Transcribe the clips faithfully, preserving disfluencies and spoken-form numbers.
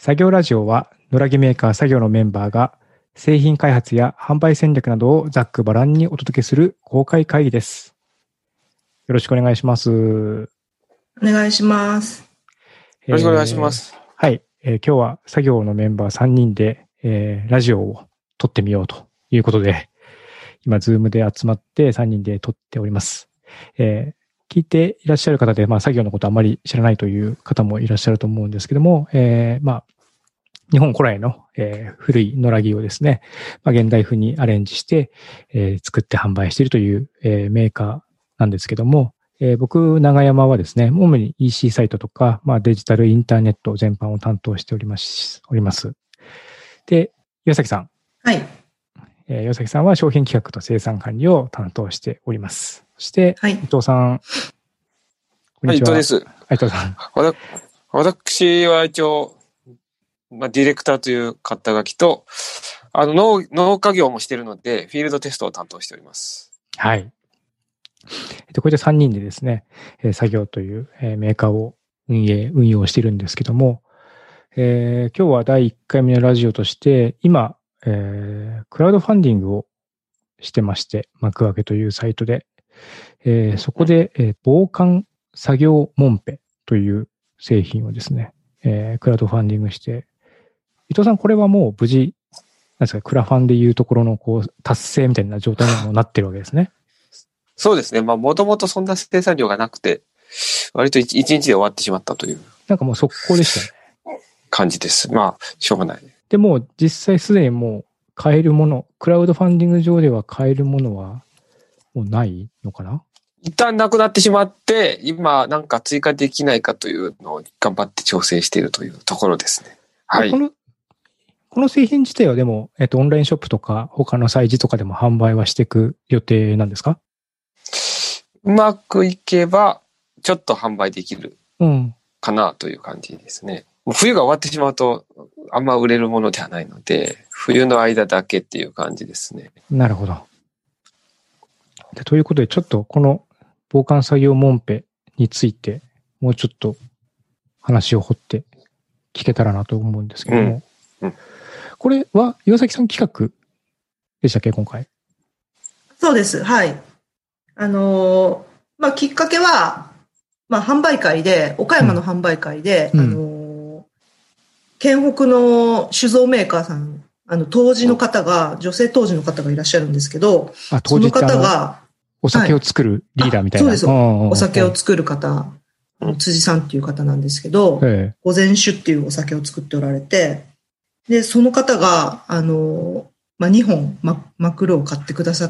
作業ラジオは野良着メーカー作業のメンバーが製品開発や販売戦略などをざっくばらんにお届けする公開会議です。よろしくお願いします。お願いします。 よろしくお願いします。 えー、はい、えー。今日は作業のメンバーさんにんで、えー、ラジオを撮ってみようということで、今、ズームで集まってさんにんで撮っております。えー、聞いていらっしゃる方で、まあ、作業のことあまり知らないという方もいらっしゃると思うんですけども、えー、まあ、日本古来の、えー、古い野良着をですね、まあ、現代風にアレンジして、えー、作って販売しているという、えー、メーカーなんですけども、えー、僕、長山はですね、主に イーシー サイトとか、まあ、デジタルインターネット全般を担当しております。おります。で、岩崎さん。 はい。 えー、岩崎さんは商品企画と生産管理を担当しております。そして、はい、伊藤さん。 こんにちは。はい、伊藤です。 はい、伊藤さん。 私は一応、まあ、ディレクターという肩書きと、あの農、農家業もしているので、フィールドテストを担当しております。 はい。で、これでさんにんでですね、作業というメーカーを運営、運用しているんですけども、えー、今日はだいいっかいめのラジオとして、今、えー、クラウドファンディングをしてまして、幕開けというサイトで、えー、そこで、えー、防寒作業モンペという製品をですね、えー、クラウドファンディングして、伊藤さん、これはもう無事、なんですか、クラファンでいうところのこう達成みたいな状態にもなってるわけですね。 そうですね。まあ、もともとそんな生産量がなくて、割と一日で終わってしまったという。 なんかもう速攻でしたね。 感じです。まあ、しょうがない。 でも、実際すでにもう買えるもの、クラウドファンディング上では買えるものはもうないのかな？ 一旦なくなってしまって、今なんか追加できないかというのを頑張って調整しているというところですね。はい。 この、この製品自体はでも、えっと、オンラインショップとか他の催事とかでも販売はしていく予定なんですか？ うまくいけば、ちょっと販売できるかなという感じですね。うん、冬が終わってしまうと、あんま売れるものではないので、冬の間だけっていう感じですね。 なるほど。でということで、ちょっとこの防寒作業モンペについて、もうちょっと話を掘って聞けたらなと思うんですけども、うんうん、これは岩崎さん企画でしたっけ、今回？ そうです。はい。あのー、まあ、きっかけは、まあ、販売会で、岡山の販売会で、うん、あのー、県北の酒造メーカーさん、あの、当時の方が、女性当時の方がいらっしゃるんですけど、 あ、当時その方が、お酒を作るリーダーみたいな。 はい、そうです。お酒を作る方、辻さんっていう方なんですけど、御前酒っていうお酒を作っておられて、で、その方が、あの、まあ、にほん、ま、マクロを買ってくださって、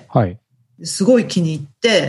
はい。 すごい気に入って、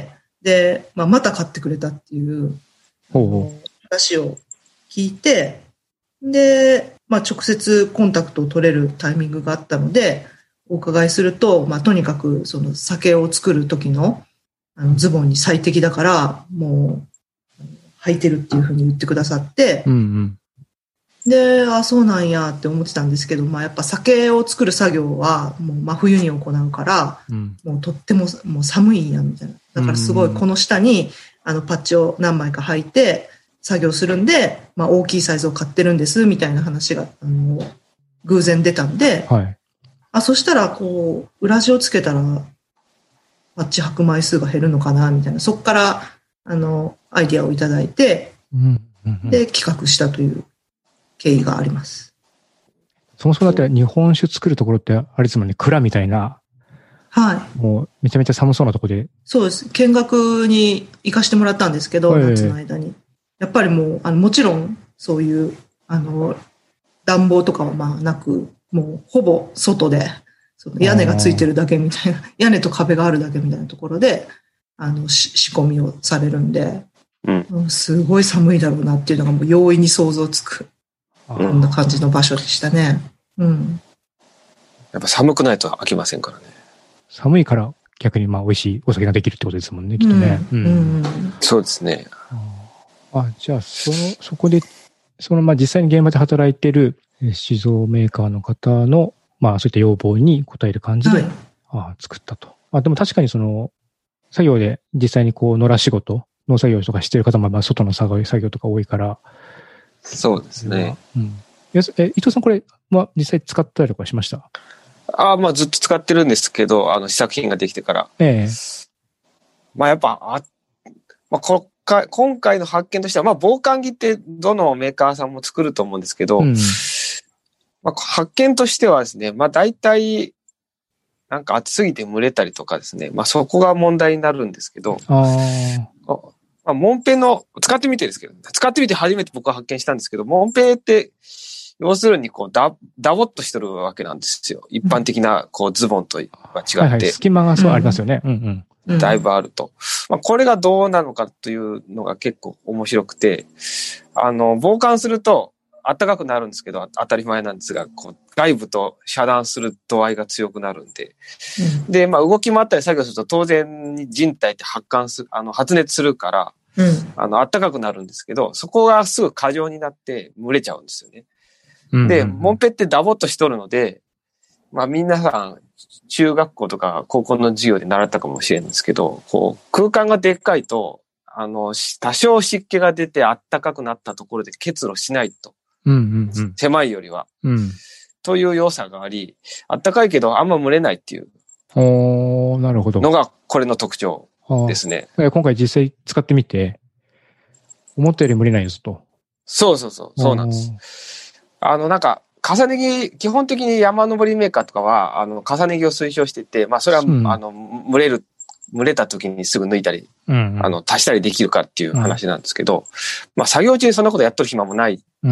で、まあ、また買ってくれたっていう、 ほうほう話を聞いて、で、まあ、直接コンタクトを取れるタイミングがあったので、お伺いすると、まあ、とにかくその酒を作る時の、あのズボンに最適だから、もう履いてるっていうふうに言ってくださって、 うんうん、 で、あ、そうなんやって思ってたんですけど、まあ、やっぱ酒を作る作業はもう真冬に行うから、うん、もうとってももう寒いんやみたいな。だからすごいこの下にあのパッチを何枚か履いて作業するんで、まあ、大きいサイズを買ってるんですみたいな話があの偶然出たんで、 はい、 あ、そしたらこう裏地をつけたらパッチ履く枚数が減るのかなみたいな、そこからあのアイディアをいただいて、 うんうんうん、 で企画したという経緯があります。 そもそもだって日本酒作るところってあれですもんね、蔵みたいな、 はい、 もうめちゃめちゃ寒そうなところで。 そうです。見学に行かしてもらったんですけど、はい、夏の間に。やっぱりもう、あの、もちろん、そういう、あの、暖房とかはまあなく、もうほぼ外で、その屋根がついてるだけみたいな、屋根と壁があるだけみたいなところで、あの、し仕込みをされるんで、うん、すごい寒いだろうなっていうのがもう容易に想像つく、こんな感じの場所でしたね。うん。 やっぱ寒くないと飽きませんからね。 寒いから逆にまあ美味しいお酒ができるってことですもんね、きっとね。 うんうんうん、 そうですね。 あ、じゃあ、その、そこで、そのまあ実際に現場で働いている酒造メーカーの方の、まあそういった要望に応える感じで、はい、あ作ったと。あ、でも確かにその、作業で実際にこう野良仕事、農作業とかしてる方もまあ外の作業とか多いから。 そうですね。 うん。 え、伊藤さんこれ、まあ、実際使ったりとかしました？ ああ、まあずっと使ってるんですけど、あの試作品ができてから。ええ。まあやっぱ、あ、まあこか今回の発見としては、まあ防寒着ってどのメーカーさんも作ると思うんですけど、うん、まあ発見としてはですね、まあ大体、なんか暑すぎて蒸れたりとかですね、まあそこが問題になるんですけど、あまあ、モンペの、使ってみてですけど、使ってみて初めて僕は発見したんですけど、モンペって、要するにこうダ、ダボっとしてるわけなんですよ。一般的なこうズボンとは違って。はいはい、 隙間がそうありますよね。うんうん、だいぶあると。まあ、これがどうなのかというのが結構面白くて、あの、防寒すると暖かくなるんですけど、当たり前なんですが、こう外部と遮断する度合いが強くなるんで。うん、で、まあ動き回ったり作業すると当然に人体って発汗する、あの発熱するから、うん、あの暖かくなるんですけど、そこがすぐ過剰になって蒸れちゃうんですよね。で、モンペってダボっとしとるので、まあ皆さん、中学校とか高校の授業で習ったかもしれないんですけど、こう、空間がでっかいと、あの、多少湿気が出て暖かくなったところで結露しないと。うんうんうん、狭いよりは、うん。という良さがあり、暖かいけどあんま蒸れないっていう。 おー、なるほど。 のがこれの特徴ですね。 今回実際使ってみて、思ったより蒸れないですと。 そうそうそう、そうなんです。あの、なんか、重ね着、基本的に山登りメーカーとかは、あの、重ね着を推奨してて、まあ、それは、うん、あの、蒸れる、蒸れた時にすぐ抜いたり、うんうん、あの、足したりできるかっていう話なんですけど、うん、まあ、作業中にそんなことやっとる暇もない、うん、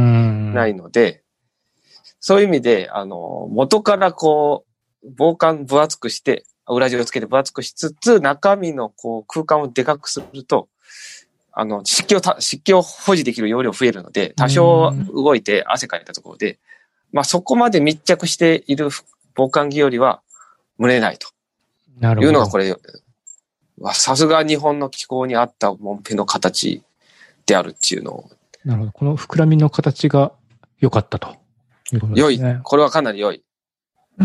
ないので、そういう意味で、あの、元からこう、防寒分厚くして、裏地をつけて分厚くしつつ、中身のこう、空間をでかくすると、あの、湿気をた、湿気を保持できる容量増えるので、多少動いて汗かいたところで、まあそこまで密着している防寒着よりは蒸れないと。なるほど。いうのがこれ、さすが日本の気候に合ったモンペの形であるっていうのを。 なるほど。この膨らみの形が良かったということですね。 良い。これはかなり良い。 うん、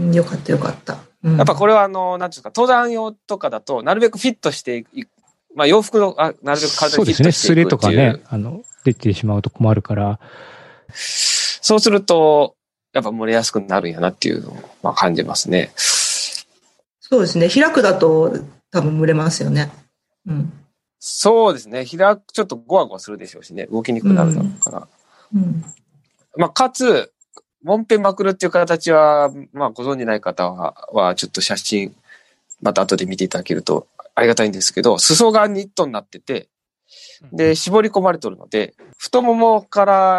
良かった良かった。 うん、やっぱこれはあの、なんていうか、登山用とかだと、なるべくフィットしていく。まあ洋服の、あなるべく体にフィットしていくっていう。そうですね。 スレとかね、あの、出てしまうと困るから。 そうすると、やっぱ蒸れやすくなるんやなっていうのを、まあ、感じますね。 そうですね。開くだと多分蒸れますよね。うん。 そうですね。開く、ちょっとゴワゴワするでしょうしね。動きにくくなるだろうから。うん。うん、まあ、かつ、モンペまくるっていう形は、まあ、ご存じない方は、はちょっと写真、また後で見ていただけるとありがたいんですけど、裾がニットになってて、で、絞り込まれとるので、太ももから、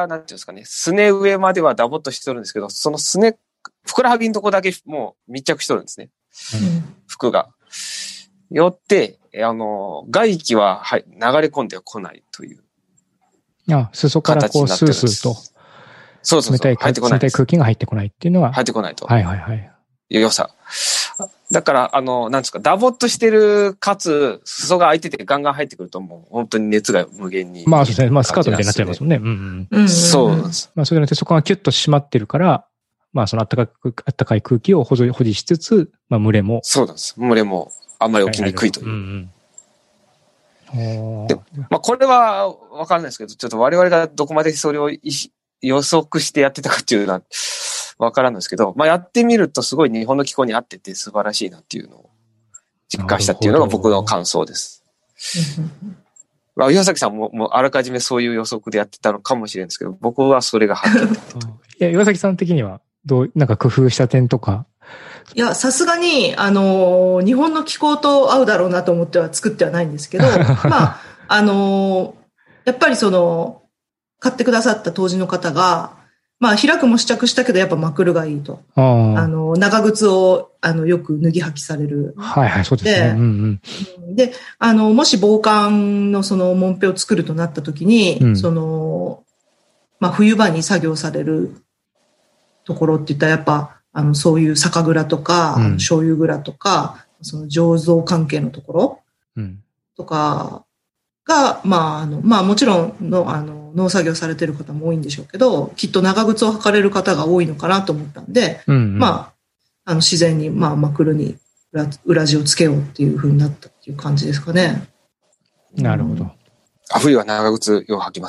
なんていうんですかね、すね上まではダボっとしてとるんですけど、そのすね、ふくらはぎのとこだけもう密着しとるんですね。うん、服が。よって、あの、外気は、はい、流れ込んでは来ないという。 あ、裾からこうスースーと。 そうそうそう。 冷たい、冷たい空気が入ってこないっていうのは。 入ってこないと。 はいはいはい。 良さ。だから、あの、なんですか、ダボっとしてる、かつ、裾が開いててガンガン入ってくると、もう本当に熱が無限に。 まあそうですね。まあスカートみたいになっちゃいますもんね。うんうん。 そうなんです。 まあそれでそこがキュッと締まってるから、まあその暖かく、暖かい空気を保持、保持しつつ、まあ蒸れも。 そうなんです。蒸れもあんまり起きにくいという。うんうん、でまあこれはわからないですけど、ちょっと我々がどこまでそれを予測してやってたかっていうのは、わからないですけど、まあやってみるとすごい日本の気候に合ってて素晴らしいなっていうのを実感したっていうのが僕の感想です。まあ、岩崎さんももうあらかじめそういう予測でやってたのかもしれないんですけど、僕はそれがはっきりと。いや、岩崎さん的にはどう、なんか工夫した点とか。 いや、さすがに、あの、日本の気候と合うだろうなと思っては作ってはないんですけど、まあ、あの、やっぱりその、買ってくださった当時の方が、まあ、開くも試着したけど、やっぱマクルがいいと。あ, あの、長靴を、あの、よく脱ぎ履きされる。 はいはい、そうですね。うんうん、で、あの、もし防寒のその、モンペを作るとなった時に、うん、その、まあ、冬場に作業されるところって言ったら、やっぱ、あの、そういう酒蔵とか、うん、醤油蔵とか、その醸造関係のところ、うん、とかが、まあ、あの、まあ、もちろんの、あの、農作業されてる方も多いんでしょうけど、きっと長靴を履かれる方が多いのかなと思ったんで、うんうん、まあ、あの自然に、まあ、マクルに 裏, 裏地をつけようっていう風になったっていう感じですかね。 なるほど。 うん、冬は長靴を履きますね。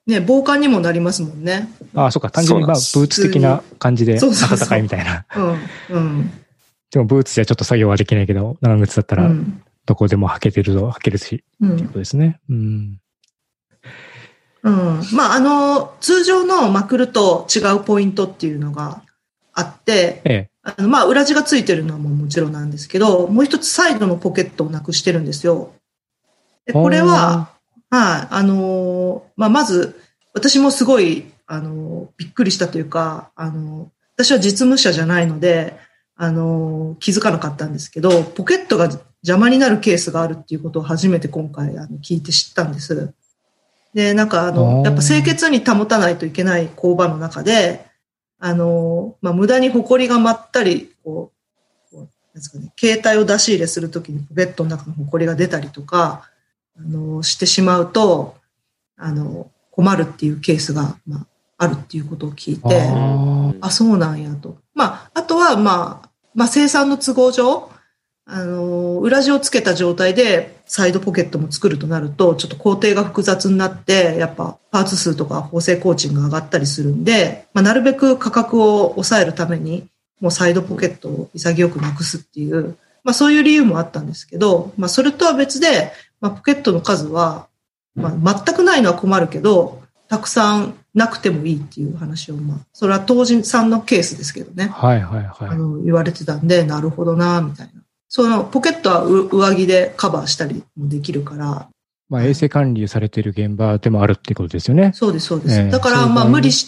ね、防寒にもなりますもんね。 ああ、そうか。単純にまあ、ブーツ的な感じで暖かいみたいな。 そうそうそううん。うん。 でもブーツじゃちょっと作業はできないけど、長靴だったら、どこでも履けてるぞ、履けるし、うん、っていうことですね。うん。 うん。まあ、あの、通常のまくると違うポイントっていうのがあって、ええ、あのまあ、裏地がついてるのはももちろんなんですけど、もう一つサイドのポケットをなくしてるんですよ。でこれは、はい、あの、まあ、まず、私もすごい、あの、びっくりしたというか、あの、私は実務者じゃないので、あの、気づかなかったんですけど、ポケットが邪魔になるケースがあるっていうことを初めて今回、あの、聞いて知ったんです。で、なんか、あの、やっぱ清潔に保たないといけない工場の中で、あの、まあ、無駄に埃が舞ったり、こう、こうなんですかね、携帯を出し入れするときにポケットの中の埃が出たりとか、あの、してしまうと、あの、困るっていうケースが、まあ、あるっていうことを聞いて、あ, あ、そうなんやと。まあ、あとは、まあ、まあ、生産の都合上、あの、裏地をつけた状態でサイドポケットも作るとなると、ちょっと工程が複雑になって、やっぱパーツ数とか縫製工賃が上がったりするんで、まあ、なるべく価格を抑えるために、もうサイドポケットを潔くなくすっていう、まあそういう理由もあったんですけど、まあそれとは別で、まあポケットの数は、まあ全くないのは困るけど、たくさんなくてもいいっていう話を、まあ、それは当時さんのケースですけどね。 はいはいはい。 あの、言われてたんで、なるほどな、みたいな。そのポケットは上着でカバーしたりもできるから。 まあ衛生管理されている現場でもあるっていうことですよね。 そうですそうです。えー、だからまあ無理して、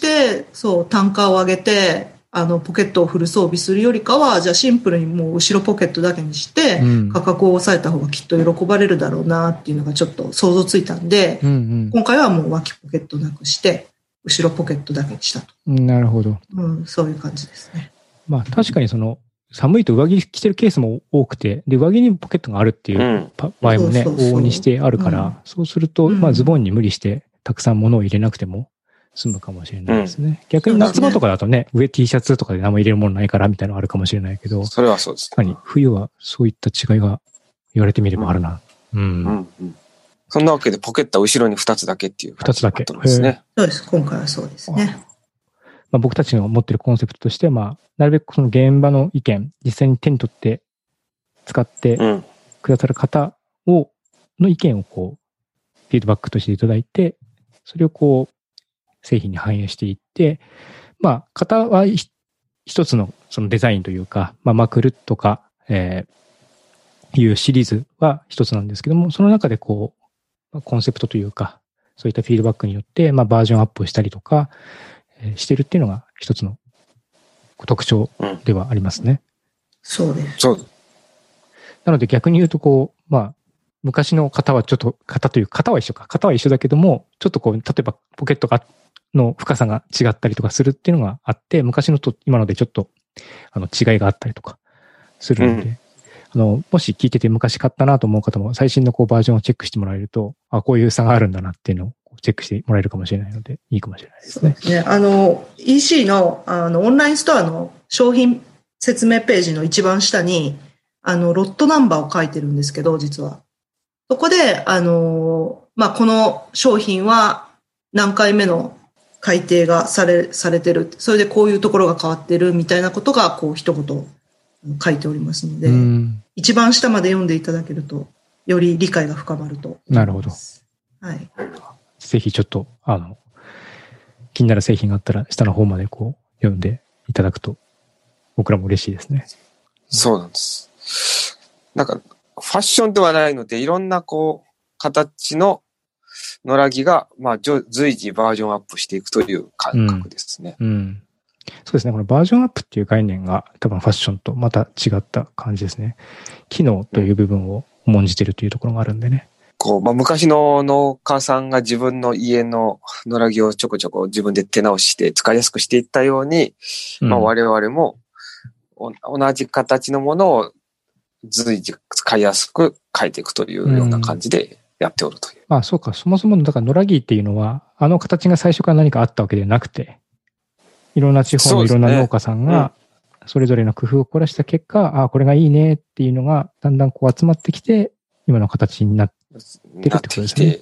そう、単価を上げて、あの、ポケットをフル装備するよりかは、じゃあシンプルにもう後ろポケットだけにして、価格を抑えた方がきっと喜ばれるだろうなっていうのがちょっと想像ついたんで、うんうん、今回はもう脇ポケットなくして、後ろポケットだけにしたと。 なるほど。 うん、そういう感じですね。 まあ確かにその、寒いと上着着てるケースも多くて、で、上着にポケットがあるっていう場合もね、往々にしてあるから、うん、そうすると、まあズボンに無理してたくさん物を入れなくても済むかもしれないですね。うん、逆に夏場とかだとね、上 T シャツとかで何も入れるものないからみたいなのあるかもしれないけど、 それはそうです。 確かに冬はそういった違いが言われてみればあるな。うん。うんうん、そんなわけでポケットは後ろにふたつだけっていうふたつだけですね。 そうです。今回はそうですね。 まあ、僕たちの持ってるコンセプトとしては、まあ、なるべくその現場の意見、実際に手に取って使ってくださる方を、の意見をこう、フィードバックとしていただいて、それをこう、製品に反映していって、まあ、型は一つのそのデザインというか、まあ、まくるとか、えー、いうシリーズは一つなんですけども、その中でこう、コンセプトというか、そういったフィードバックによって、まあ、バージョンアップをしたりとか、してるっていうのが一つの特徴ではありますね。うん、 そうです。 そう。 なので逆に言うとこう、まあ、昔の型はちょっと、型というか、型は一緒か。型は一緒だけども、ちょっとこう、例えばポケットが、の深さが違ったりとかするっていうのがあって、昔のと今のでちょっと、あの、違いがあったりとかするので、うん、あの、もし聞いてて昔買ったなと思う方も、最新のこうバージョンをチェックしてもらえると、あ、こういう差があるんだなっていうのをチェックしてもらえるかもしれないので、いいかもしれないですね。 そうですね。あの、イーシー の、あの、オンラインストアの商品説明ページの一番下に、あの、ロットナンバーを書いてるんですけど、実は。そこで、あの、まあ、この商品は何回目の改定がされ、されてる。それでこういうところが変わってるみたいなことが、こう、一言書いておりますので、一番下まで読んでいただけると、より理解が深まると思います。 なるほど。 はい。 ぜひちょっと、あの、気になる製品があったら、下の方までこう、読んでいただくと、僕らも嬉しいですね。 そうなんです。なんか、ファッションではないので、いろんなこう、形の野良着が、まあ、随時バージョンアップしていくという感覚ですね。 うん。うん、そうですね。このバージョンアップっていう概念が、多分ファッションとまた違った感じですね。機能という部分を重んじてるというところがあるんでね。 こう、まあ、昔の農家さんが自分の家の野良着をちょこちょこ自分で手直しして使いやすくしていったように、うん、まあ、我々も同じ形のものを随時使いやすく変えていくというような感じでやっておるという。 うん、まあそうか、そもそもだから野良着っていうのは、あの形が最初から何かあったわけではなくて、いろんな地方のいろんな農家さんが、それぞれの工夫を凝らした結果、うん、ああ、これがいいねっていうのがだんだんこう集まってきて、今の形になって、ってるってことですね。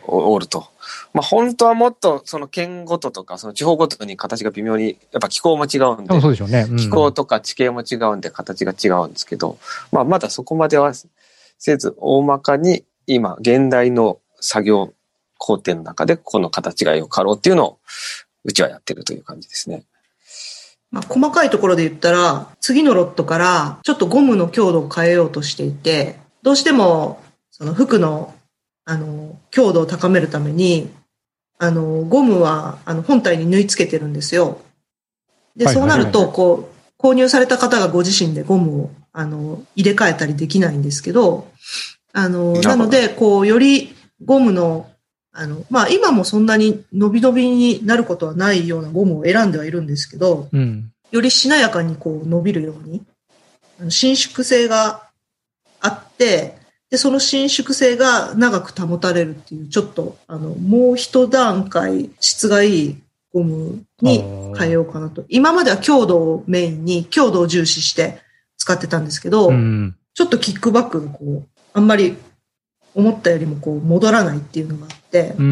おると。まあ本当はもっとその県ごととかその地方ごとに形が微妙にやっぱ気候も違うんで、 そうでしょうね。うん、 気候とか地形も違うんで形が違うんですけど、まあまだそこまではせず大まかに今現代の作業工程の中でこの形がよかろうっていうのをうちはやってるという感じですね。 まあ、細かいところで言ったら次のロットからちょっとゴムの強度を変えようとしていて、どうしてもその服のあの強度を高めるためにあのゴムはあの本体に縫い付けてるんですよ。で、そうなるとこう購入された方がご自身でゴムをあの入れ替えたりできないんですけど、あのなのでこうよりゴムのあのまあ今もそんなに伸び伸びになることはないようなゴムを選んではいるんですけど、 うん、よりしなやかにこう伸びるように伸縮性があって、でその伸縮性が長く保たれるっていうちょっとあのもう一段階質がいいゴムに変えようかなと。今までは強度をメインに強度を重視して使ってたんですけど、うん、ちょっとキックバックがこうあんまり思ったよりもこう戻らないっていうのがあって、 うん、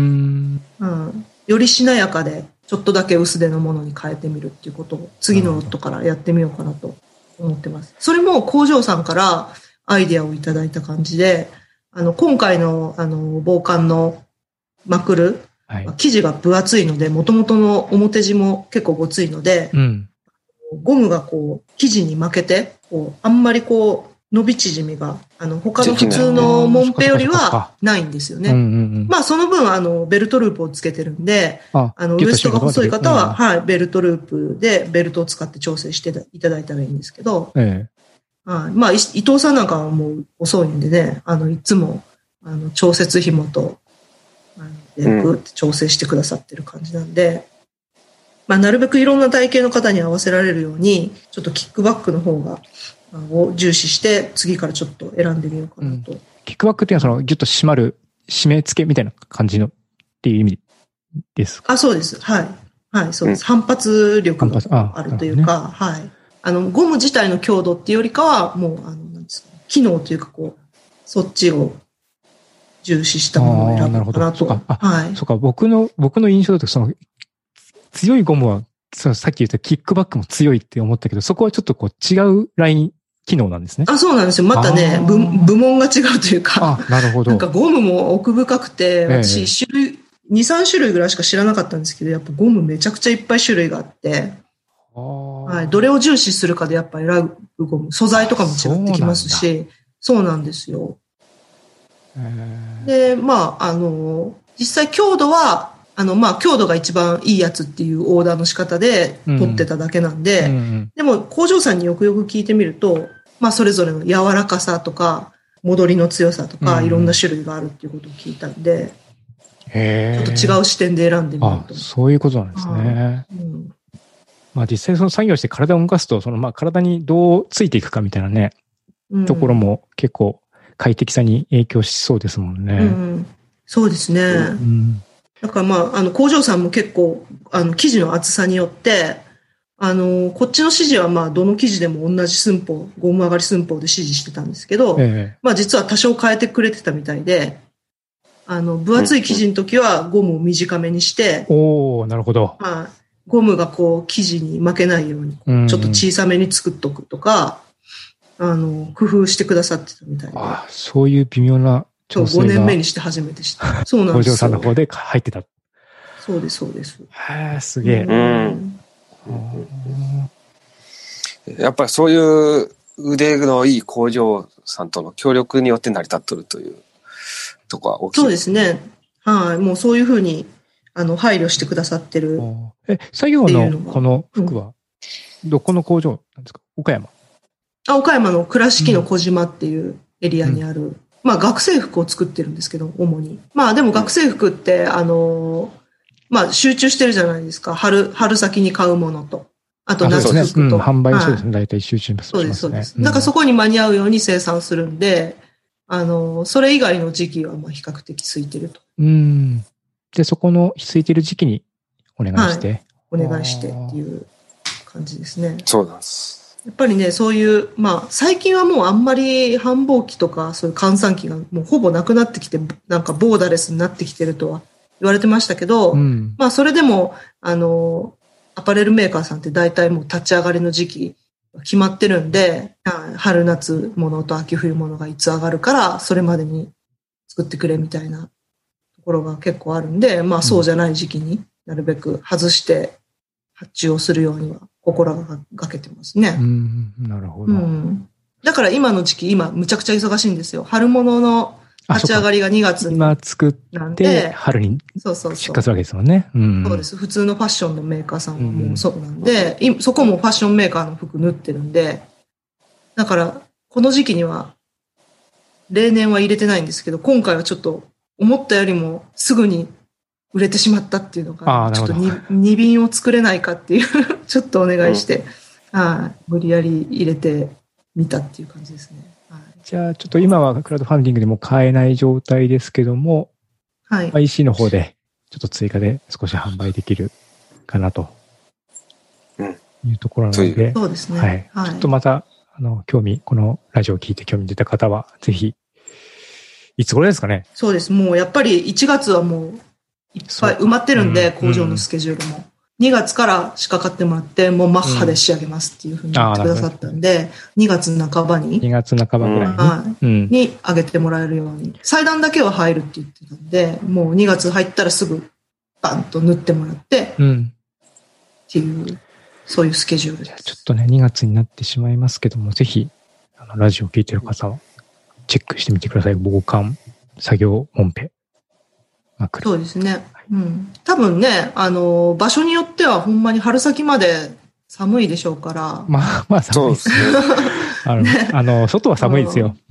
うん、よりしなやかでちょっとだけ薄手のものに変えてみるっていうことを次のロットからやってみようかなと思ってます。それも工場さんからアイデアをいただいた感じで、あの今回のあの防寒のマクル、はい、生地が分厚いので、元々の表地も結構ごついので、うん、ゴムがこう生地に負けてこうあんまりこう伸び縮みがあの他の普通のモンペよりはないんですよね。まあその分あのベルトループをつけてるんで、ああのウエストが細い方は、うん、はい、ベルトループでベルトを使って調整していただいたらいいんですけど、ええ、はい、まあ伊藤さんなんかはもう遅いんでね、あのいつもあの調節紐とあのでグーって調整してくださってる感じなんで、うん、まあなるべくいろんな体型の方に合わせられるようにちょっとキックバックの方がを重視して次からちょっと選んでみようかなと、うん、 キックバックっていうのはそのギュッと締まる締め付けみたいな感じのっていう意味ですか？ あ、そうです。はいはい、そうです。反発力があるというか、ね、はい、あのゴム自体の強度っていうよりかはもうあのなんですか、機能というかこうそっちを重視したものを選ぶかなと。 そうか、はい、そうか、僕の僕の印象だとその強いゴムはそのさっき言ったキックバックも強いって思ったけど、そこはちょっとこう違うライン機能なんですね。 あ、そうなんですよ。またね、部、部門が違うというか。 あ、なるほど。 なんかゴムも奥深くて、私一種類、に、さん種類ぐらいしか知らなかったんですけど、やっぱゴムめちゃくちゃいっぱい種類があって、はい、どれを重視するかでやっぱ選ぶゴム、素材とかも違ってきますし、そうなんですよ。で、まあ、あの、実際強度は、あの、まあ、強度が一番いいやつっていうオーダーの仕方で取ってただけなんで、うんうん、でも工場さんによくよく聞いてみると、まあ、それぞれの柔らかさとか、戻りの強さとか、いろんな種類があるっていうことを聞いたんで、ちょっと違う視点で選んでみようと。 あ、そういうことなんですね。うん、まあ、実際その作業して体を動かすと、そのまあ体にどうついていくかみたいなね、うん、ところも結構快適さに影響しそうですもんね。うん、 そうですね。うん、だからまあ、あの工場さんも結構、あの生地の厚さによって、あの、こっちの指示はまあ、どの生地でも同じ寸法、ゴム上がり寸法で指示してたんですけど、ええ、まあ実は多少変えてくれてたみたいで、あの、分厚い生地の時はゴムを短めにして、 おー、なるほど。 はい。ゴムがこう、生地に負けないように、ちょっと小さめに作っとくとか、あの、工夫してくださってたみたいで。 ああ、そういう微妙な調整が。 ごねんめにして初めてした。そうなんですよ。 工場さんの方で入ってた。 そうです、そうです。 へえ、すげえ。 うんやっぱりそういう腕のいい工場さんとの協力によって成り立っとるというところは大きい。 そうですね。はい。もうそういうふうに、あの、配慮してくださってる。 え、作業のこの服は、どこの工場なんですか？岡山。 あ、岡山の倉敷の小島っていうエリアにある、うん、まあ学生服を作ってるんですけど、主に。まあでも学生服って、あの、まあ集中してるじゃないですか。春、春先に買うものと。あと夏服と。 うん、販売そうですね。大体集中しますね。 そうです、そうです。だからそこに間に合うように生産するんで、あの、それ以外の時期はまあ比較的空いてると。 うん。で、そこの空いてる時期にお願いして。 はい、お願いしてっていう感じですね。 そうなんです。 やっぱりね、そういう、まあ、最近はもうあんまり繁忙期とか、そういう閑散期がもうほぼなくなってきて、なんかボーダレスになってきてるとは言われてましたけど、うん、まあ、それでも、あの、アパレルメーカーさんって大体もう立ち上がりの時期決まってるんで、春夏ものと秋冬ものがいつ上がるから、それまでに作ってくれみたいなところが結構あるんで、まあ、そうじゃない時期になるべく外して発注をするようには、心がけてますね。 うん、なるほど、うん。 だから今の時期、今むちゃくちゃ忙しいんですよ。春物の立ち上がりがにがつに今作って春に出荷するわけですもんね。 うん、そうです。普通のファッションのメーカーさんはもうそうなんで、うん、そこもファッションメーカーの服縫ってるんで、だからこの時期には例年は入れてないんですけど、今回はちょっと思ったよりもすぐに売れてしまったっていうのが、ちょっとに便を作れないかっていう、ちょっとお願いして、うん、はい、無理やり入れてみたっていう感じですね。はい、 じゃあ、ちょっと今はクラウドファンディングでも買えない状態ですけども、はい、アイシー の方でちょっと追加で少し販売できるかなというところなので、 そうですね。 はい。はい、ちょっとまた、あの、興味、このラジオを聞いて興味出た方は、ぜひ、いつ頃ですかね？ そうです。もうやっぱりいちがつはもう、いっぱい埋まってるんで、工場のスケジュールも。にがつから仕掛かってもらって、もうマッハで仕上げますっていうふうに言ってくださったんで、にがつなかばに。 にがつなかばぐらいに。 はい。に上げてもらえるように。裁断だけは入るって言ってたんで、もうにがつ入ったらすぐバンと縫ってもらって、っていう、そういうスケジュールです。 ちょっとね、にがつになってしまいますけども、ぜひ、あの、ラジオを聞いてる方は、チェックしてみてください。防寒作業モンペ。 そうですね。うん。多分ね、あの、場所によってはほんまに春先まで寒いでしょうから。 まあまあ寒いですね。あの、ね、あの、外は寒いですよ。うん。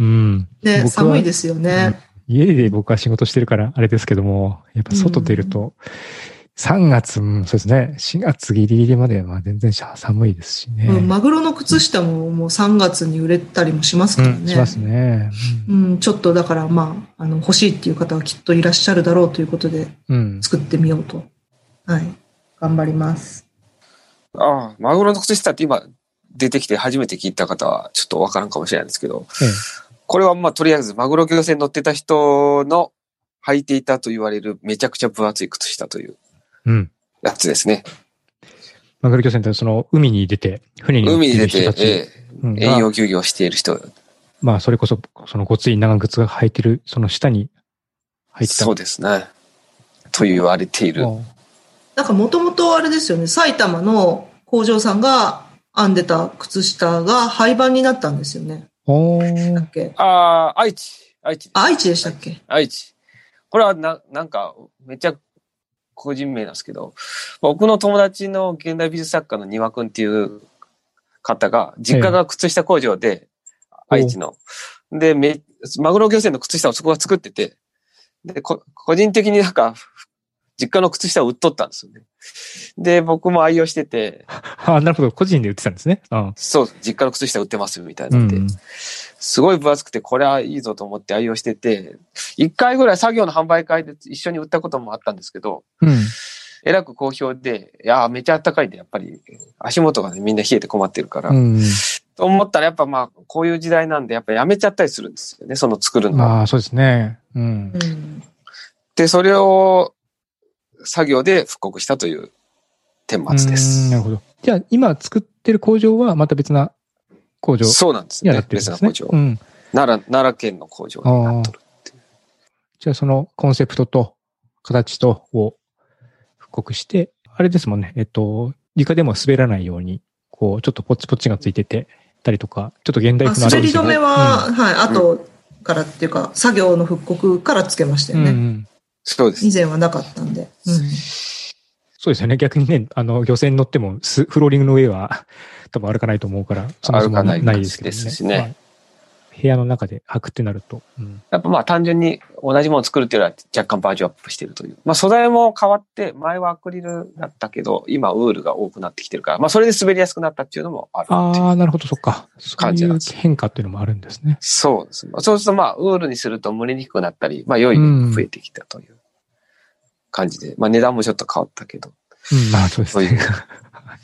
ね、寒いですよね、 うん。家で僕は仕事してるからあれですけども、やっぱ外出ると、さんがつ、うん、そうですね。しがつギリギリまでは全然寒いですしね。 うん、マグロの靴下ももうさんがつに売れたりもしますからね。うん、 しますね。 うん、うん、ちょっとだからまあ、あの、欲しいっていう方はきっといらっしゃるだろうということで、作ってみようと。うん、はい。頑張ります。 ああ、マグロの靴下って今出てきて初めて聞いた方はちょっとわからんかもしれないんですけど、ええ、これはまあとりあえずマグロ漁船に乗ってた人の履いていたと言われるめちゃくちゃ分厚い靴下という。うん。やつですね。 マグロ漁船ってその海に出て、船に乗っている人たち。海に出て、 えー、遠洋漁業をしている人。 まあ、それこそ、そのごつい長靴が履いてる、その下に履いてた。 そうですね。と言われている。 なんかもともとあれですよね、埼玉の工場さんが編んでた靴下が廃盤になったんですよね。 おだっけ？ ああ、愛知。愛知。 愛知でしたっけ？ 愛知。これはな、なんか、めっちゃ、個人名なんですけど、僕の友達の現代美術作家の庭くんっていう方が、実家が靴下工場で、愛知の。で、め、マグロ漁船の靴下をそこが作ってて、で、こ個人的になんか、実家の靴下を売っとったんですよね。で、僕も愛用してて。 あ、なるほど。個人で売ってたんですね。うん、 そう、実家の靴下売ってますみたいなんで、うん、すごい分厚くて、これはいいぞと思って愛用してて、一回ぐらい作業の販売会で一緒に売ったこともあったんですけど、うん、えらく好評で、いや、めっちゃ暖かいんで、やっぱり足元がね、みんな冷えて困ってるから、うん、と思ったらやっぱまあ、こういう時代なんで、やっぱやめちゃったりするんですよね、その作るの。 ああ、そうですね。うん。 で、それを、作業で復刻したという顛末です。 なるほど。じゃあ今作ってる工場はまた別な工場、 そうなんですね。別な工場。うん、奈良、奈良県の工場になっとるっていう。 じゃあそのコンセプトと形とを復刻して、あれですもんね。えっと、床でも滑らないように、こう、ちょっとポッチポッチがついててたりとか、ちょっと現代風の滑り止めは、うん、はい、後からっていうか、作業の復刻からつけましたよね。うんうん、 そうです。 以前はなかったんで。うん、 そうですよね。逆にね、あの、漁船に乗ってもフローリングの上は多分歩かないと思うから、そもそもないですけどね。ですしね。まあ、部屋の中で履くってなると、うん。 やっぱまあ単純に同じものを作るっていうのは若干バージョンアップしているという。まあ素材も変わって、前はアクリルだったけど、今ウールが多くなってきてるから、まあそれで滑りやすくなったっていうのもある。 ああ、なるほど、そっか。そういう変化っていうのもあるんですね。 そうです。そうするとまあウールにすると蒸れにくくなったり、まあ良いに増えてきたという。うん感じで。まあ値段もちょっと変わったけど。 うん、まあそうですね。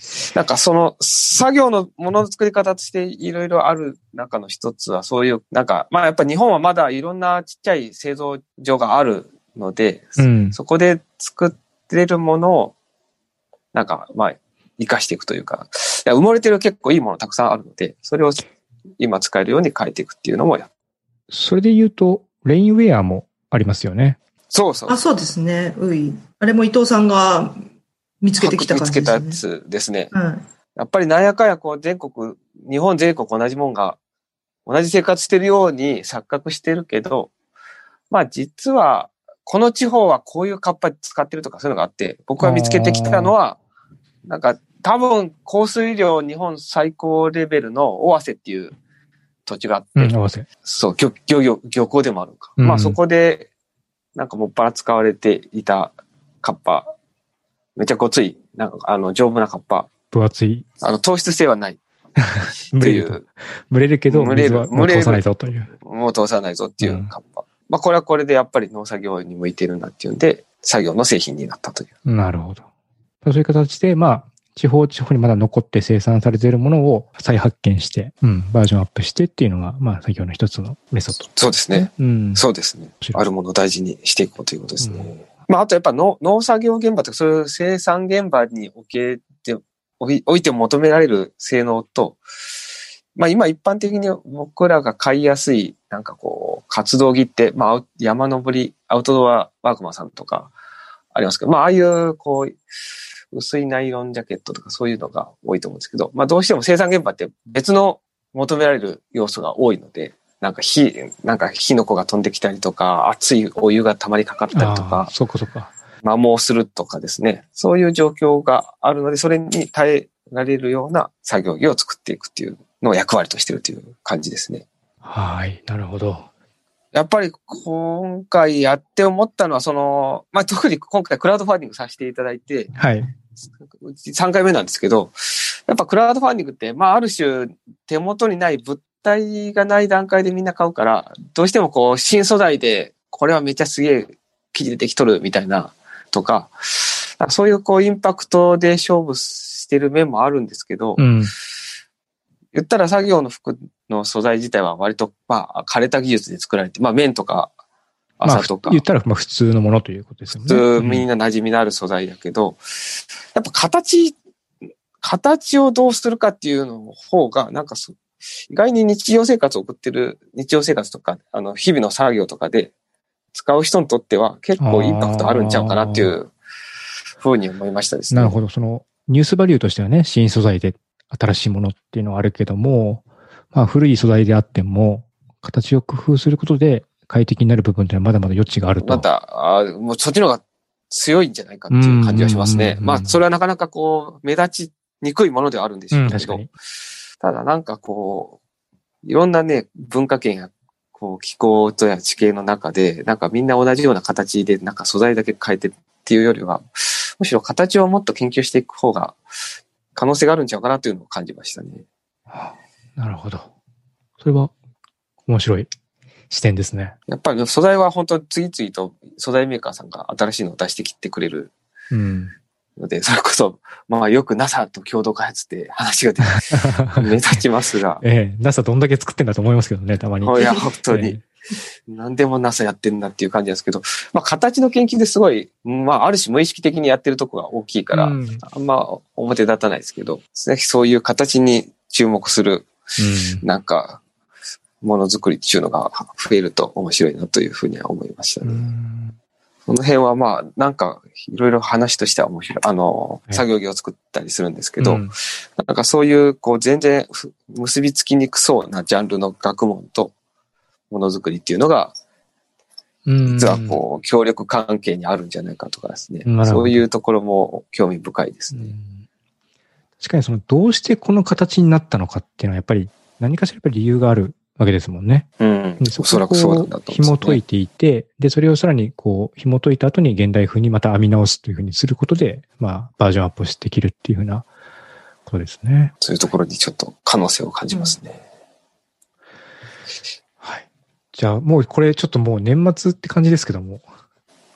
なんかその作業のものの作り方としていろいろある中の一つはそういう、なんか、まあやっぱり日本はまだいろんなちっちゃい製造所があるので、うん、そこで作ってるものを、なんかまあ活かしていくというか、いや埋もれてる結構いいものたくさんあるので、それを今使えるように変えていくっていうのもやる。 それで言うと、レインウェアもありますよね。 そうそう。 あ、そうですね。うい。あれも伊藤さんが見つけてきた感じですね。 見つけたやつですね。 うん。 やっぱりなんやかんやこう全国、日本全国同じもんが、同じ生活してるように錯覚してるけど、まあ実は、この地方はこういうカッパ使ってるとかそういうのがあって、僕が見つけてきたのは、なんか多分降水量日本最高レベルの尾鷲っていう土地があって、 うん、尾鷲。 そう、漁、漁業、漁港でもあるのか。うん、まあそこで、なんかもっぱら使われていたカッパ、めちゃごつい、なんかあの丈夫なカッパ。 分厚い。 あの糖質性はない。 蒸れる。蒸れるけど、水はもう通さないぞという。 もう通さないぞっていうカッパ。うん、まあこれはこれでやっぱり農作業に向いてるんだっていうんで、作業の製品になったという。 なるほど。そういう形で、まあ、地方地方にまだ残って生産されているものを再発見して、うん、バージョンアップしてっていうのが、まあ、作業の一つのメソッド。 そうですね。うん、そうですね。あるものを大事にしていこうということですね。うん、まあ、あとやっぱ農農作業現場とか、そういう生産現場におけて、置いて求められる性能と、まあ今一般的に僕らが買いやすい、なんかこう、活動着って、まあ山登り、アウトドアワークマンさんとかありますけど、まあああいうこう、薄いナイロンジャケットとかそういうのが多いと思うんですけど、まあどうしても生産現場って別の求められる要素が多いので、なんか火、なんか火の粉が飛んできたりとか、熱いお湯が溜まりかかったりとか、 そうかそうか。 摩耗するとかですね。そういう状況があるので、それに耐えられるような作業着を作っていくっていうのを役割としているという感じですね。 はい、なるほど。 やっぱり今回やって思ったのは、その、まあ、特に今回クラウドファンディングさせていただいて、 はい。 さんかいめなんですけど、やっぱクラウドファンディングって、まあ、ある種手元にない物体がない段階でみんな買うから、どうしてもこう、新素材で、これはめっちゃすげえ生地でできとるみたいな、とか、そういうこうインパクトで勝負してる面もあるんですけど、うん、言ったら作業の服の素材自体は割とまあ枯れた技術で作られて、まあ綿とか麻とか、 まあ、言ったらまあ普通のものということですよね。 普通みんな馴染みのある素材だけど、うん、やっぱ形形をどうするかっていうの方がなんか意外に日常生活を送ってる日常生活とかあの日々の作業とかで使う人にとっては結構インパクトあるんちゃうかなっていうふうに思いましたですね。 なるほど。そのニュースバリューとしてはね、新素材で新しいものっていうのはあるけども、まあ古い素材であっても、形を工夫することで快適になる部分っていうのはまだまだ余地があると。 また、あもうそっちの方が強いんじゃないかっていう感じがしますね。まあそれはなかなかこう目立ちにくいものではあるんでしょうけど、うん、ただなんかこう、いろんなね、文化圏やこう気候とや地形の中で、なんかみんな同じような形で、なんか素材だけ変えてっていうよりは、むしろ形をもっと研究していく方が可能性があるんちゃうかなというのを感じましたね。 はあ、なるほど。それは面白い視点ですね。 やっぱり素材は本当に次々と素材メーカーさんが新しいのを出してきてくれるので、うん、それこそ、まあよく ナサ と共同開発って話が出て目立ちますが。 ええ、ナサ どんだけ作ってんだと思いますけどね、たまに。 いや、本当に。ええ何でも ナサ やってんだっていう感じですけど、まあ形の研究ですごい、まあある種無意識的にやってるとこが大きいから、うん、あんま表立たないですけど、そういう形に注目する、うん、なんか、ものづくりっていうのが増えると面白いなというふうには思いましたね。うんその辺はまあ、なんか、いろいろ話としては面白い。あの、作業着を作ったりするんですけど、うん、なんかそういう、こう、全然結びつきにくそうなジャンルの学問とものづくりっていうのが、実はこう、協力関係にあるんじゃないかとかですね。そういうところも興味深いですね。 確かにその、どうしてこの形になったのかっていうのは、やっぱり何かしらやっぱり理由があるわけですもんね。 うん。おそらくそうなんだと思いますね。 紐解いていて、で、それをさらにこう、紐解いた後に現代風にまた編み直すというふうにすることで、まあ、バージョンアップしてできるっていうふうなことですね。 そういうところにちょっと可能性を感じますね。うん、 はい。じゃあ、もうこれちょっともう年末って感じですけども、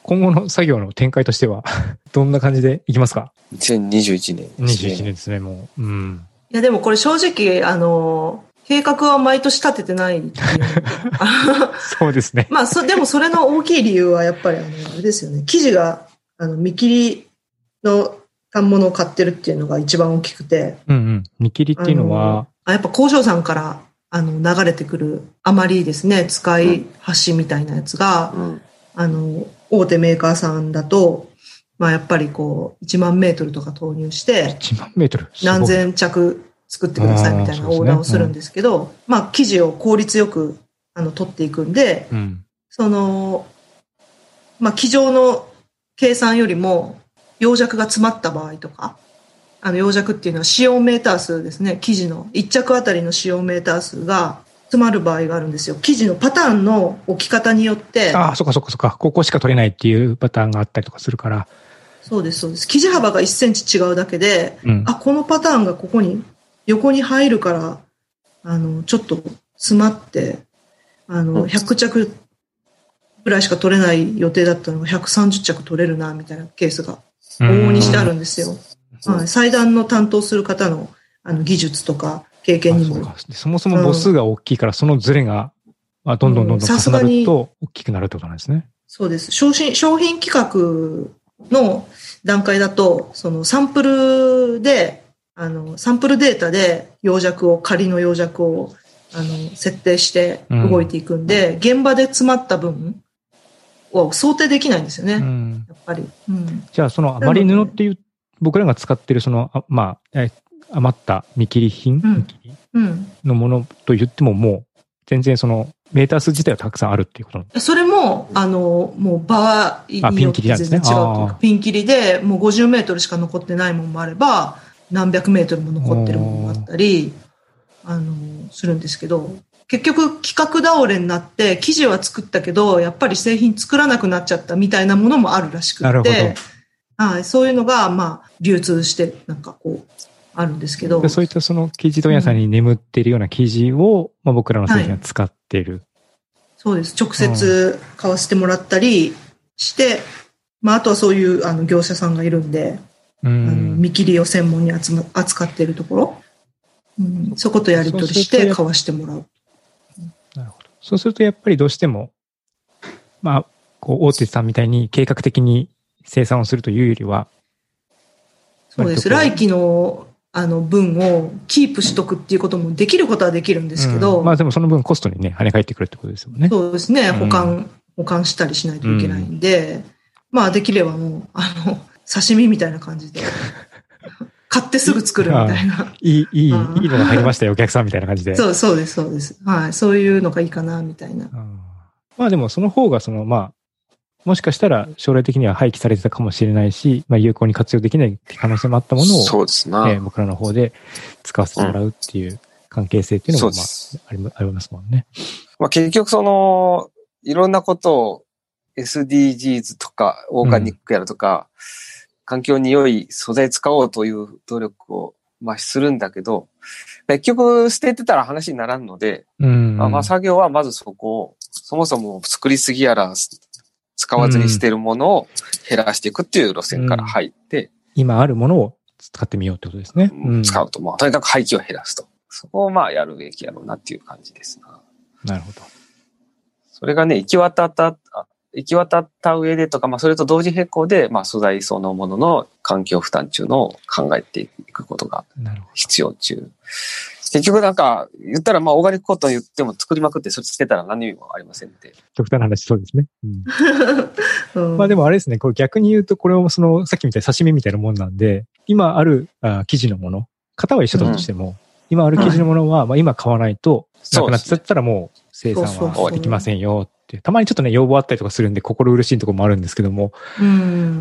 今後の作業の展開としては、どんな感じでいきますか？ にせんにじゅういちねんですね。 にじゅういちねんですね、もう。うん。 いや、でもこれ正直、あの、計画は毎年立ててないっていう。 そうですね。 まあ、そ、でもそれの大きい理由はやっぱり、あの、あれですよね。生地が、あの、見切りの反物を買ってるっていうのが一番大きくて。 うんうん。見切りっていうのは、 あ、やっぱ工場さんから、あの、流れてくる、あまりですね、使い端みたいなやつが、うん、あの、大手メーカーさんだと、まあやっぱりこう、いちまんメートルとか投入して、 いちまんメートル何千着作ってくださいみたいなオーダーをするんですけど、ねうん、まあ生地を効率よく、あの、取っていくんで、うん、その、まあ机上の計算よりも、葉弱が詰まった場合とか、あの、葉弱っていうのは使用メーター数ですね。生地のいっ着あたりの使用メーター数が詰まる場合があるんですよ。生地のパターンの置き方によって。 ああ、そっかそっかそっか。ここしか取れないっていうパターンがあったりとかするから。 そうです、そうです。生地幅がいっセンチ違うだけで、うん、あ、このパターンがここに、横に入るから、あの、ちょっと詰まって、あの、ひゃく着ぐらいしか取れない予定だったのがひゃくさんじゅっ着取れるな、みたいなケースが往々にしてあるんですよ。はい、裁断の担当する方のあの技術とか経験にも。 そ, そもそも母数が大きいから、そのズレが、まあ、どんどんどんどん重なると大きくなるってことなんですね。 そうです。商品、商品企画の段階だと、そのサンプルで、あの、サンプルデータで葉弱を、仮の葉弱を、あの、設定して動いていくんで、うん、現場で詰まった分を想定できないんですよね。うん、やっぱり。うん、 じゃあ、その余り布っていう、僕らが使ってるその、あまあ、え余った見切り品、うん、見切りのものと言ってももう全然そのメーター数自体はたくさんあるっていうことなんですか？ それも、あの、もう場合によって全然違うというか、ピン切りでもうごじゅうメートルしか残ってないものもあれば、何百メートルも残ってるものもあったり、あの、するんですけど、結局企画倒れになって生地は作ったけど、やっぱり製品作らなくなっちゃったみたいなものもあるらしくて、なるほど。はい、そういうのが、まあ、流通して、なんかこう、あるんですけど。 そういったその生地問屋さんに眠っているような生地を、まあ、僕らの製品は使っている、はい。 そうです。直接買わせてもらったりして、まあ、あとはそういう、あの、業者さんがいるんで、うん、あの見切りを専門に扱っているところ、うん、そことやり取りして買わしてもらう。 なるほど。そうすると、やっぱりどうしても、まあ、こう、大手さんみたいに計画的に生産をするというよりは、 そうです。来期の、あの、分をキープしとくっていうこともできることはできるんですけど。 うん、まあでもその分コストにね、跳ね返ってくるってことですよね。 そうですね。保管、うん、保管したりしないといけないんで、うん、まあできればもう、あの、刺身みたいな感じで、買ってすぐ作るみたいな。 いい、いい、いいのが入りましたよ、お客さんみたいな感じで。 そう、そうです、そうです。はい。そういうのがいいかな、みたいな。 まあでもその方が、その、まあ、もしかしたら将来的には廃棄されてたかもしれないし、まあ、有効に活用できないって可能性もあったものを、 そうですな、 えー、僕らの方で使わせてもらうっていう関係性っていうのも、まあ、あり、ありますもんね。 まあ、結局その、いろんなことを エスディージーズ とか、オーガニックやるとか、うん、環境に良い素材使おうという努力を、まあ、するんだけど、結局捨ててたら話にならんので、うんまあ、作業はまずそこを、そもそも作りすぎやら、使わずに捨てるものを減らしていくっていう路線から入って、うん、 今あるものを使ってみようってことですね。 うん、使うと、まあ、とにかく廃棄を減らすと。そこをまあやるべきやろうなっていう感じですな。 なるほど。 それがね、行き渡った、行き渡った上でとか、まあそれと同時並行で、まあ素材そのものの環境負担っていうのを考えていくことが必要中。結局なんか、言ったらまあオーガニックコットン言っても作りまくってそれつけたら何にもありませんって。 極端な話そうですね。うん、まあでもあれですね、これ逆に言うとこれもその、さっきみたいな刺身みたいなもんなんで、今あるあ生地のもの、型は一緒だとしても、うん、今ある生地のものは、まあ今買わないと、なくなっちゃったらもう生産はできませんよって。たまにちょっとね、要望あったりとかするんで心苦しいところもあるんですけども、うん、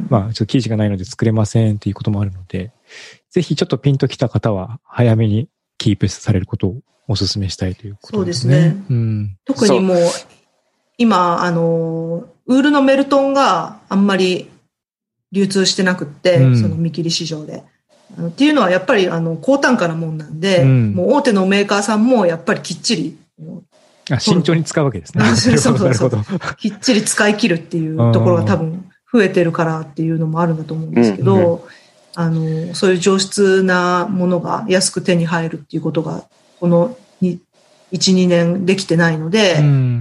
まあちょっと生地がないので作れませんっていうこともあるので、ぜひちょっとピンときた方は早めにキープされることをお勧めしたいということですね。そうですね。うん、 特にもう、今、あの、ウールのメルトンがあんまり流通してなくって、うん、その見切り市場で。っていうのはやっぱりあの高単価なもんなんで、うん、もう大手のメーカーさんもやっぱりきっちり。 あ、慎重に使うわけですね。 そうそうそう。きっちり使い切るっていうところが多分増えてるからっていうのもあるんだと思うんですけど、うんうん、あの、そういう上質なものが安く手に入るっていうことが、このいち、にねんできてないので、うん、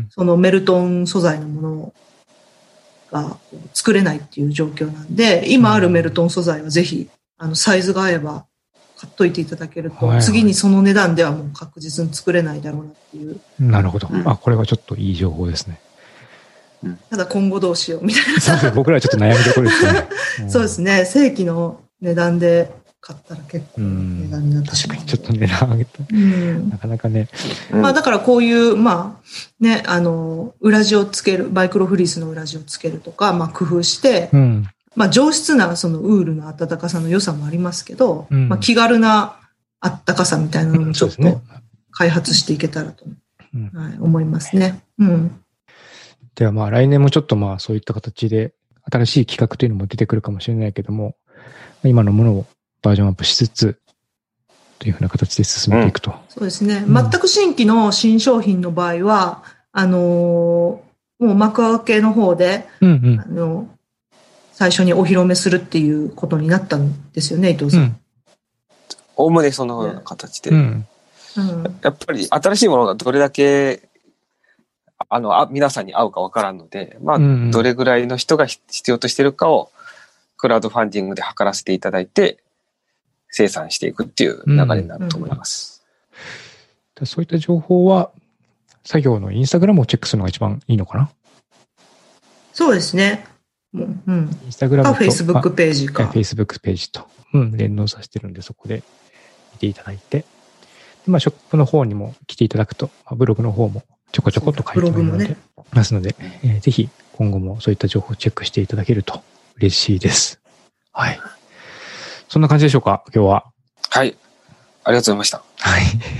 そのメルトン素材のものが作れないっていう状況なんで、今あるメルトン素材はぜひ、あの、サイズが合えば買っといていただけると、はいはい、次にその値段ではもう確実に作れないだろうなっていう。 なるほど。うん、あ、これはちょっといい情報ですね。 ただ今後どうしようみたいな。 そうですね。僕らはちょっと悩みどころですね。 そうですね。正規の値段で買ったら結構値段になってしまう。 確かにちょっと値段上げた。うん、なかなかね。 まあだからこういう、まあね、あの、裏地をつける、マイクロフリースの裏地をつけるとか、まあ工夫して、うん、まあ上質なそのウールの暖かさの良さもありますけど、うん、まあ気軽な暖かさみたいなのもちょっと開発していけたらと、うんはい、思いますね。うん。 ではまあ来年もちょっとまあそういった形で新しい企画というのも出てくるかもしれないけども、今のものをバージョンアップしつつというふうな形で進めていくと。うん、 そうですね。全く新規の新商品の場合は、あのー、もう幕開けの方で、うんうん、あの最初にお披露目するっていうことになったんですよね、伊藤さん。 おおむねそのような形で、うんうん。やっぱり新しいものがどれだけあの、あ、皆さんに合うかわからんので、まあ、うんうん、どれぐらいの人が必要としているかを、クラウドファンディングで測らせていただいて、生産していくっていう流れになると思います。 うんうん、そういった情報は、作業のインスタグラムをチェックするのが一番いいのかな？ そうですね。うん。 インスタグラムと。 フェイスブックページか。 フェイスブックページと、うん、連動させてるんで、そこで見ていただいて、でまあ、ショップの方にも来ていただくと、まあ、ブログの方もちょこちょこっと書いてますので、ね、ますので、えー、ぜひ今後もそういった情報をチェックしていただけると嬉しいです。はい。そんな感じでしょうか、今日は。 はい。ありがとうございました。 はい。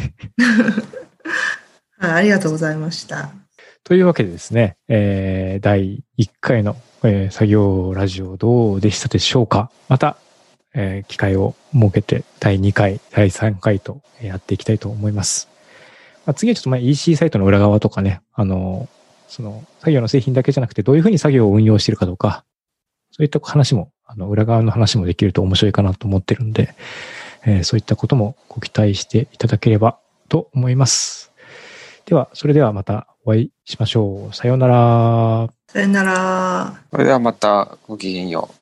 ありがとうございました。 というわけでですね、えー、だいいっかいの、えー、作業ラジオどうでしたでしょうか。また、えー、機会を設けてだいにかい、だいさんかいとやっていきたいと思います。まあ、次はちょっとまあ イーシー サイトの裏側とかね、あの、その作業の製品だけじゃなくてどういうふうに作業を運用しているかとか、そういった話も、あの、裏側の話もできると面白いかなと思ってるんで、えー、そういったこともご期待していただければと思います。では、それではまたお会いしましょう。さようなら。 さようなら。 それではまたごきげんよう。